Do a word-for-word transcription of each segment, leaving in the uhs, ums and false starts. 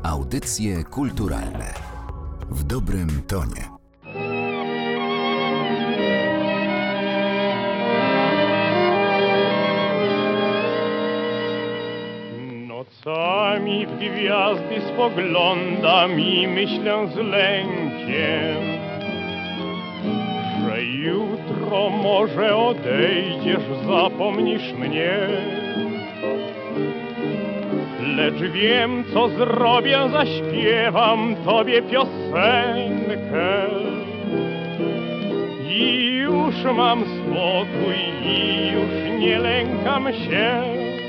Audycje kulturalne w dobrym tonie. Nocami w gwiazdy spoglądam i myślę z lękiem, że jutro może odejdziesz, zapomnisz mnie. Lecz wiem, co zrobię, zaśpiewam tobie piosenkę. I już mam spokój, i już nie lękam się.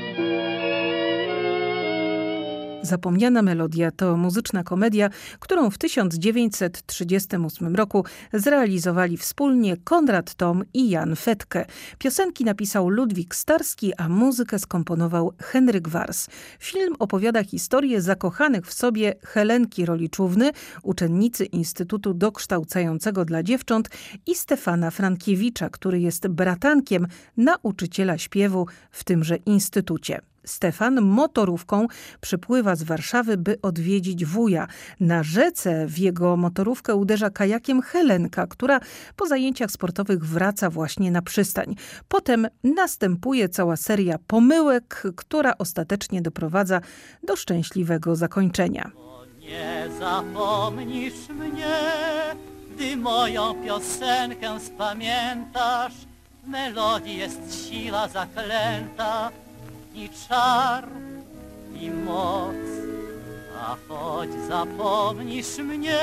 Zapomniana melodia to muzyczna komedia, którą w tysiąc dziewięćset trzydziestym ósmym roku zrealizowali wspólnie Konrad Thom i Jan Fetke. Piosenki napisał Ludwik Starski, a muzykę skomponował Henryk Wars. Film opowiada historię zakochanych w sobie Helenki Roliczówny, uczennicy Instytutu Dokształcającego dla Dziewcząt, i Stefana Frankiewicza, który jest bratankiem nauczyciela śpiewu w tymże instytucie. Stefan motorówką przypływa z Warszawy, by odwiedzić wuja. Na rzece w jego motorówkę uderza kajakiem Helenka, która po zajęciach sportowych wraca właśnie na przystań. Potem następuje cała seria pomyłek, która ostatecznie doprowadza do szczęśliwego zakończenia. Nie zapomnisz mnie, gdy moją piosenkę spamiętasz. W melodii jest siła zaklęta i czar, i moc. A choć zapomnisz mnie,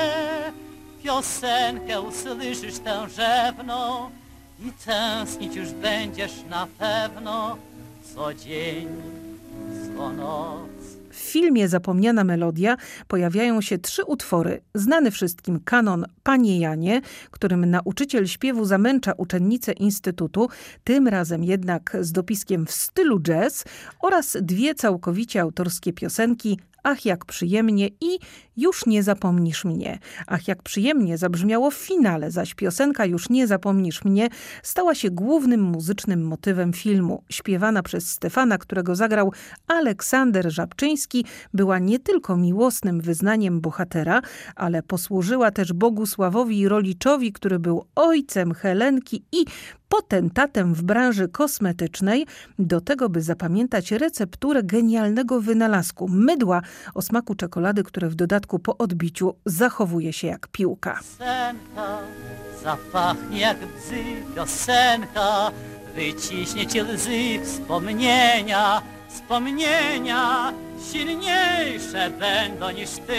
piosenkę usłyszysz tężebną i tęsknić już będziesz na pewno co dzień, co noc. W filmie Zapomniana melodia pojawiają się trzy utwory. Znany wszystkim kanon Panie Janie, którym nauczyciel śpiewu zamęcza uczennicę instytutu, tym razem jednak z dopiskiem w stylu jazz, oraz dwie całkowicie autorskie piosenki Ach, jak przyjemnie i Już nie zapomnisz mnie. Ach, jak przyjemnie zabrzmiało w finale, zaś piosenka Już nie zapomnisz mnie stała się głównym muzycznym motywem filmu. Śpiewana przez Stefana, którego zagrał Aleksander Żabczyński, była nie tylko miłosnym wyznaniem bohatera, ale posłużyła też Bogusławowi Roliczowi, który był ojcem Helenki i potentatem w branży kosmetycznej, do tego, by zapamiętać recepturę genialnego wynalazku mydła o smaku czekolady, które w dodatku po odbiciu zachowuje się jak piłka. Piosenka zapachnie jak bzy, piosenka wyciśnie ci łzy wspomnienia, wspomnienia silniejsze będą niż ty.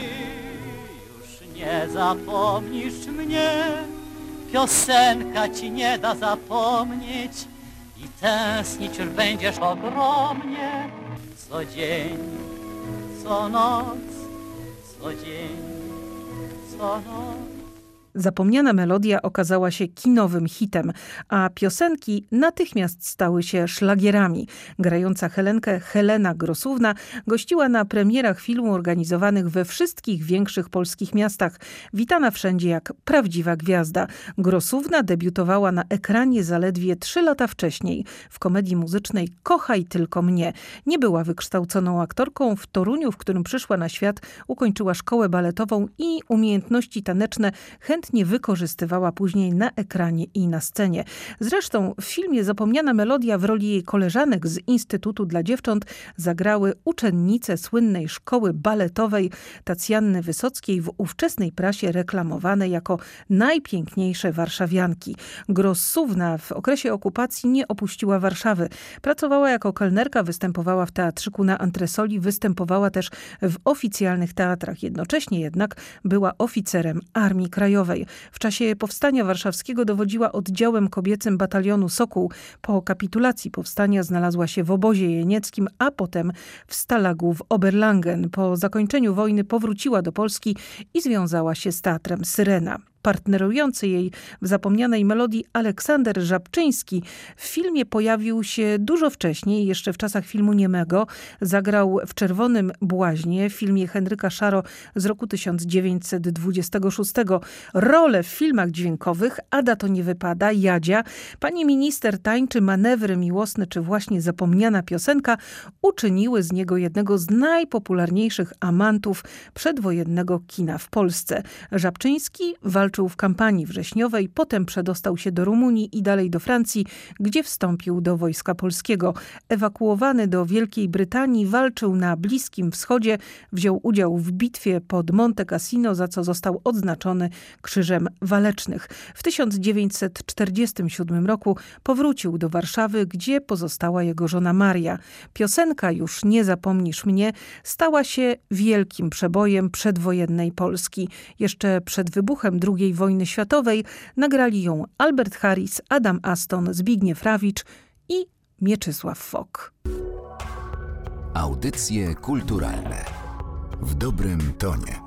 Już nie zapomnisz mnie, piosenka ci nie da zapomnieć i tęsknić już będziesz ogromnie co dzień, co noc, co dzień, co noc. Zapomniana melodia okazała się kinowym hitem, a piosenki natychmiast stały się szlagierami. Grająca Helenkę Helena Grosówna gościła na premierach filmu organizowanych we wszystkich większych polskich miastach. Witana wszędzie jak prawdziwa gwiazda. Grosówna debiutowała na ekranie zaledwie trzy lata wcześniej w komedii muzycznej Kochaj tylko mnie. Nie była wykształconą aktorką. W Toruniu, w którym przyszła na świat, ukończyła szkołę baletową i umiejętności taneczne chętnie nie wykorzystywała później na ekranie i na scenie. Zresztą w filmie Zapomniana melodia w roli jej koleżanek z Instytutu dla Dziewcząt zagrały uczennice słynnej szkoły baletowej Tacjanny Wysockiej, w ówczesnej prasie reklamowane jako najpiękniejsze warszawianki. Grosówna w okresie okupacji nie opuściła Warszawy. Pracowała jako kelnerka, występowała w teatrzyku na Antresoli, występowała też w oficjalnych teatrach. Jednocześnie jednak była oficerem Armii Krajowej. W czasie powstania warszawskiego dowodziła oddziałem kobiecym batalionu Sokół. Po kapitulacji powstania znalazła się w obozie jenieckim, a potem w Stalagu w Oberlangen. Po zakończeniu wojny powróciła do Polski i związała się z teatrem Syrena. partnerujący jej w zapomnianej melodii Aleksander Żabczyński w filmie pojawił się dużo wcześniej, jeszcze w czasach filmu niemego. Zagrał w Czerwonym Błaźnie, w filmie Henryka Szaro z roku tysiąc dziewięćset dwudziestego szóstego. Rolę w filmach dźwiękowych Ada to nie wypada, Jadzia, Pani minister tańczy, Manewry miłosne czy właśnie Zapomniana piosenka uczyniły z niego jednego z najpopularniejszych amantów przedwojennego kina w Polsce. Żabczyński walczył w kampanii wrześniowej, potem przedostał się do Rumunii i dalej do Francji, gdzie wstąpił do Wojska Polskiego. Ewakuowany do Wielkiej Brytanii, walczył na Bliskim Wschodzie, wziął udział w bitwie pod Monte Cassino, za co został odznaczony Krzyżem Walecznych. W tysiąc dziewięćset czterdziestym siódmym roku powrócił do Warszawy, gdzie pozostała jego żona Maria. Piosenka Już nie zapomnisz mnie stała się wielkim przebojem przedwojennej Polski. Jeszcze przed wybuchem drugiej wojny światowej nagrali ją Albert Harris, Adam Aston, Zbigniew Rawicz i Mieczysław Fok. Audycje kulturalne w dobrym tonie.